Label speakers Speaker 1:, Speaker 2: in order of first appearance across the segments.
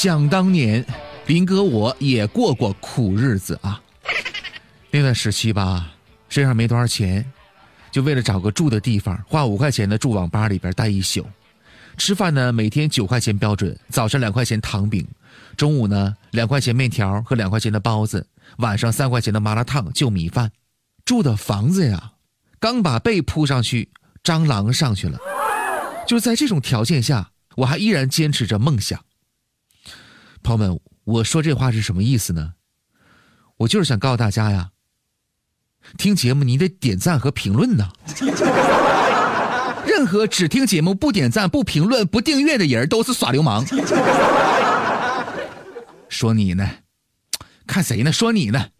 Speaker 1: 想当年林哥我也过过苦日子啊。那段时期吧，身上没多少钱，就为了找个住的地方，花5块钱的住网吧里边待一宿。吃饭呢，每天9块钱标准，早上2块钱糖饼，中午呢2块钱面条和2块钱的包子，晚上3块钱的麻辣烫就米饭。住的房子呀，刚把被铺上去，蟑螂上去了。就在这种条件下，我还依然坚持着梦想。朋友们，我说这话是什么意思呢？我就是想告诉大家呀，听节目你得点赞和评论呢。任何只听节目不点赞不评论不订阅的人都是耍流氓。说你呢？看谁呢？说你呢？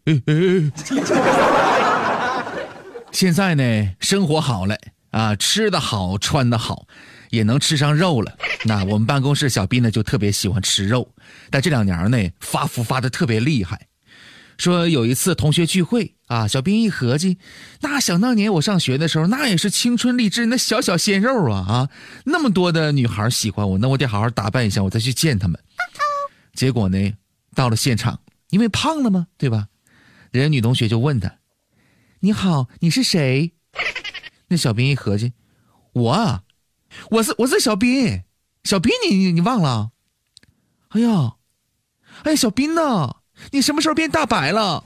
Speaker 1: 现在呢，生活好了啊，吃得好，穿得好，也能吃上肉了。那我们办公室小斌呢就特别喜欢吃肉，但这2年呢发福发的特别厉害。说有一次同学聚会啊，小斌一合计，那想当年我上学的时候，那也是青春励志，那小小鲜肉啊，那么多的女孩喜欢我，那我得好好打扮一下，我再去见他们。结果呢，到了现场，因为胖了嘛，对吧？人家女同学就问他：“你好，你是谁？”那小斌一合计，我是小斌，小斌你忘了？哎呀，小斌呢？你什么时候变大白了？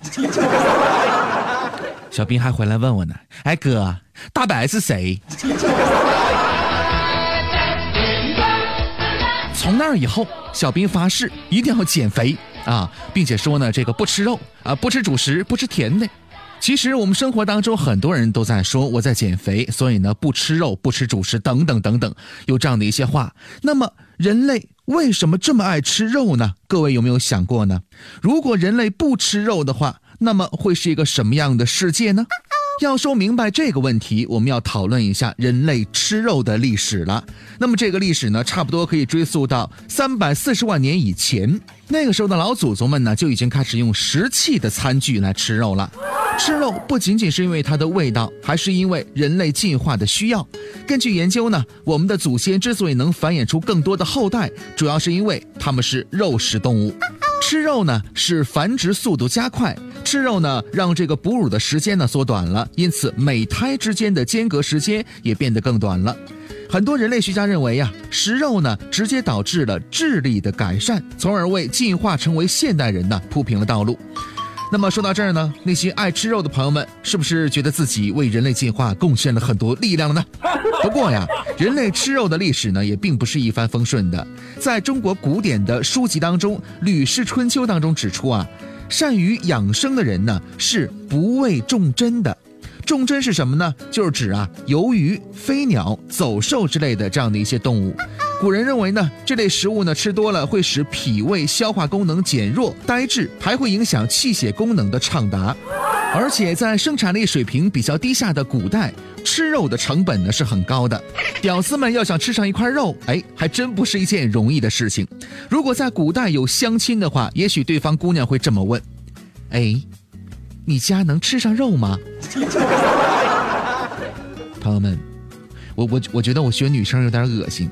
Speaker 1: 小斌还回来问我呢，哎哥，大白是谁？从那以后，小斌发誓一定要减肥啊，并且说呢，这个不吃肉啊，不吃主食，不吃甜的。其实我们生活当中很多人都在说我在减肥，所以呢不吃肉不吃主食等等等等，有这样的一些话。那么人类为什么这么爱吃肉呢？各位有没有想过呢？如果人类不吃肉的话，那么会是一个什么样的世界呢？要说明白这个问题，我们要讨论一下人类吃肉的历史了。那么这个历史呢，差不多可以追溯到340万年以前。那个时候的老祖宗们呢，就已经开始用石器的餐具来吃肉了。吃肉不仅仅是因为它的味道，还是因为人类进化的需要。根据研究呢，我们的祖先之所以能繁衍出更多的后代，主要是因为他们是肉食动物。吃肉呢，使繁殖速度加快，吃肉呢，让这个哺乳的时间呢缩短了，因此每胎之间的间隔时间也变得更短了。很多人类学家认为啊，食肉呢直接导致了智力的改善，从而为进化成为现代人呢铺平了道路。那么说到这儿呢，那些爱吃肉的朋友们是不是觉得自己为人类进化贡献了很多力量呢？不过呀，人类吃肉的历史呢也并不是一帆风顺的。在中国古典的书籍当中，《吕氏春秋》当中指出啊，善于养生的人呢是不畏重针的。重针是什么呢？就是指啊鱿鱼、飞鸟、走兽之类的这样的一些动物。古人认为呢，这类食物呢吃多了会使脾胃消化功能减弱呆滞，还会影响气血功能的畅达。而且在生产力水平比较低下的古代，吃肉的成本呢是很高的。屌丝们要想吃上一块肉，还真不是一件容易的事情。如果在古代有相亲的话，也许对方姑娘会这么问：你家能吃上肉吗？朋友们，我觉得我学女生有点恶心。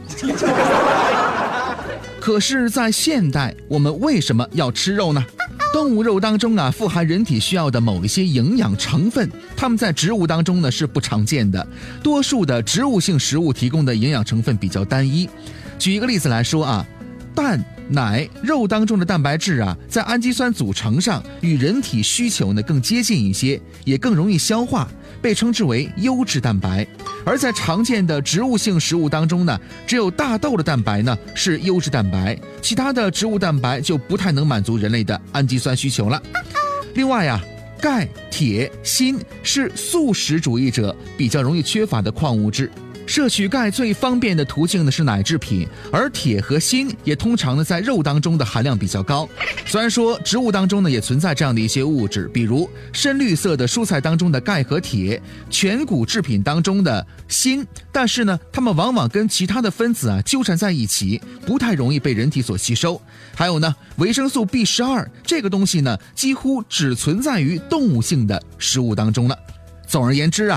Speaker 1: 可是在现代，我们为什么要吃肉呢？动物肉当中啊，富含人体需要的某一些营养成分，它们在植物当中呢是不常见的。多数的植物性食物提供的营养成分比较单一。举一个例子来说啊，蛋、奶、肉当中的蛋白质啊，在氨基酸组成上与人体需求呢更接近一些，也更容易消化，被称之为优质蛋白。而在常见的植物性食物当中呢，只有大豆的蛋白呢是优质蛋白，其他的植物蛋白就不太能满足人类的氨基酸需求了。另外啊，钙、铁、锌是素食主义者比较容易缺乏的矿物质。摄取钙最方便的途径呢是奶制品，而铁和锌也通常呢在肉当中的含量比较高。虽然说植物当中呢也存在这样的一些物质，比如深绿色的蔬菜当中的钙和铁，全谷制品当中的锌，但是呢它们往往跟其他的分子啊纠缠在一起，不太容易被人体所吸收。还有呢维生素 B12 这个东西呢几乎只存在于动物性的食物当中了。总而言之啊，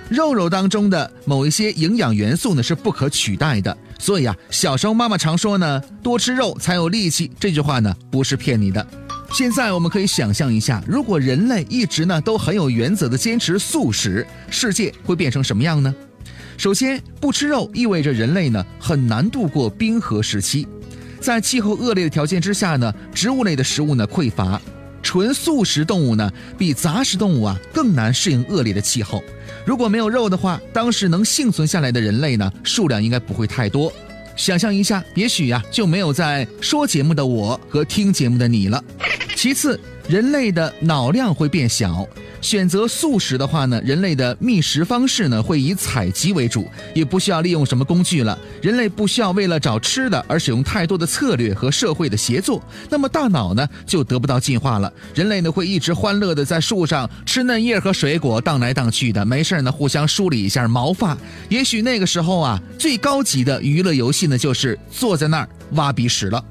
Speaker 1: 肉当中的某一些营养元素呢是不可取代的。所以小时候妈妈常说呢，多吃肉才有力气，这句话呢不是骗你的。现在我们可以想象一下，如果人类一直呢都很有原则的坚持素食，世界会变成什么样呢？首先，不吃肉意味着人类呢很难度过冰河时期。在气候恶劣的条件之下呢，植物类的食物呢匮乏，纯素食动物呢比杂食动物更难适应恶劣的气候。如果没有肉的话，当时能幸存下来的人类呢数量应该不会太多。想象一下，也许就没有在说节目的我和听节目的你了。其次，人类的脑量会变小。选择素食的话呢，人类的觅食方式呢会以采集为主，也不需要利用什么工具了。人类不需要为了找吃的而使用太多的策略和社会的协作，那么大脑呢就得不到进化了。人类呢会一直欢乐的在树上吃嫩叶和水果，荡来荡去的，没事呢互相梳理一下毛发。也许那个时候最高级的娱乐游戏呢就是坐在那儿挖鼻屎了。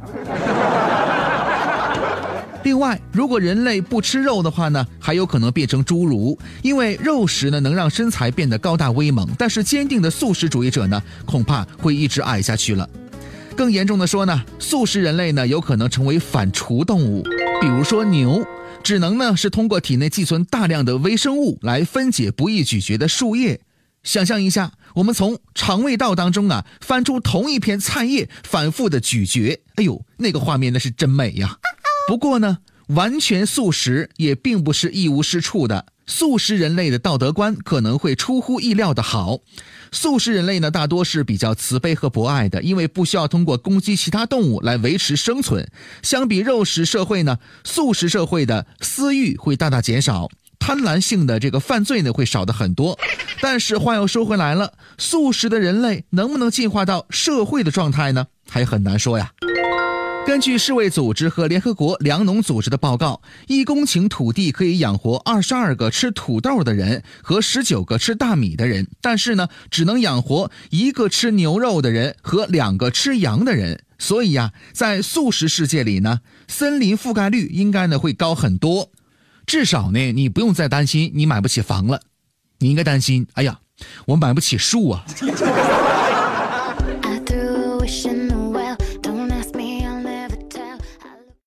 Speaker 1: 另外，如果人类不吃肉的话呢，还有可能变成侏儒，因为肉食呢能让身材变得高大威猛，但是坚定的素食主义者呢，恐怕会一直矮下去了。更严重的说呢，素食人类呢有可能成为反刍动物，比如说牛，只能呢是通过体内寄存大量的微生物来分解不易咀嚼的树叶。想象一下，我们从肠胃道当中翻出同一片菜叶，反复的咀嚼，哎呦，那个画面那是真美呀。不过呢，完全素食也并不是一无是处的。素食人类的道德观可能会出乎意料的好。素食人类呢，大多是比较慈悲和博爱的，因为不需要通过攻击其他动物来维持生存。相比肉食社会呢，素食社会的私欲会大大减少，贪婪性的这个犯罪呢会少得很多。但是话又说回来了，素食的人类能不能进化到社会的状态呢？还很难说呀。根据世卫组织和联合国粮农组织的报告，1公顷土地可以养活22个吃土豆的人和19个吃大米的人，但是呢，只能养活1个吃牛肉的人和2个吃羊的人。所以在素食世界里呢，森林覆盖率应该呢会高很多。至少呢，你不用再担心你买不起房了，你应该担心，哎呀，我买不起树啊。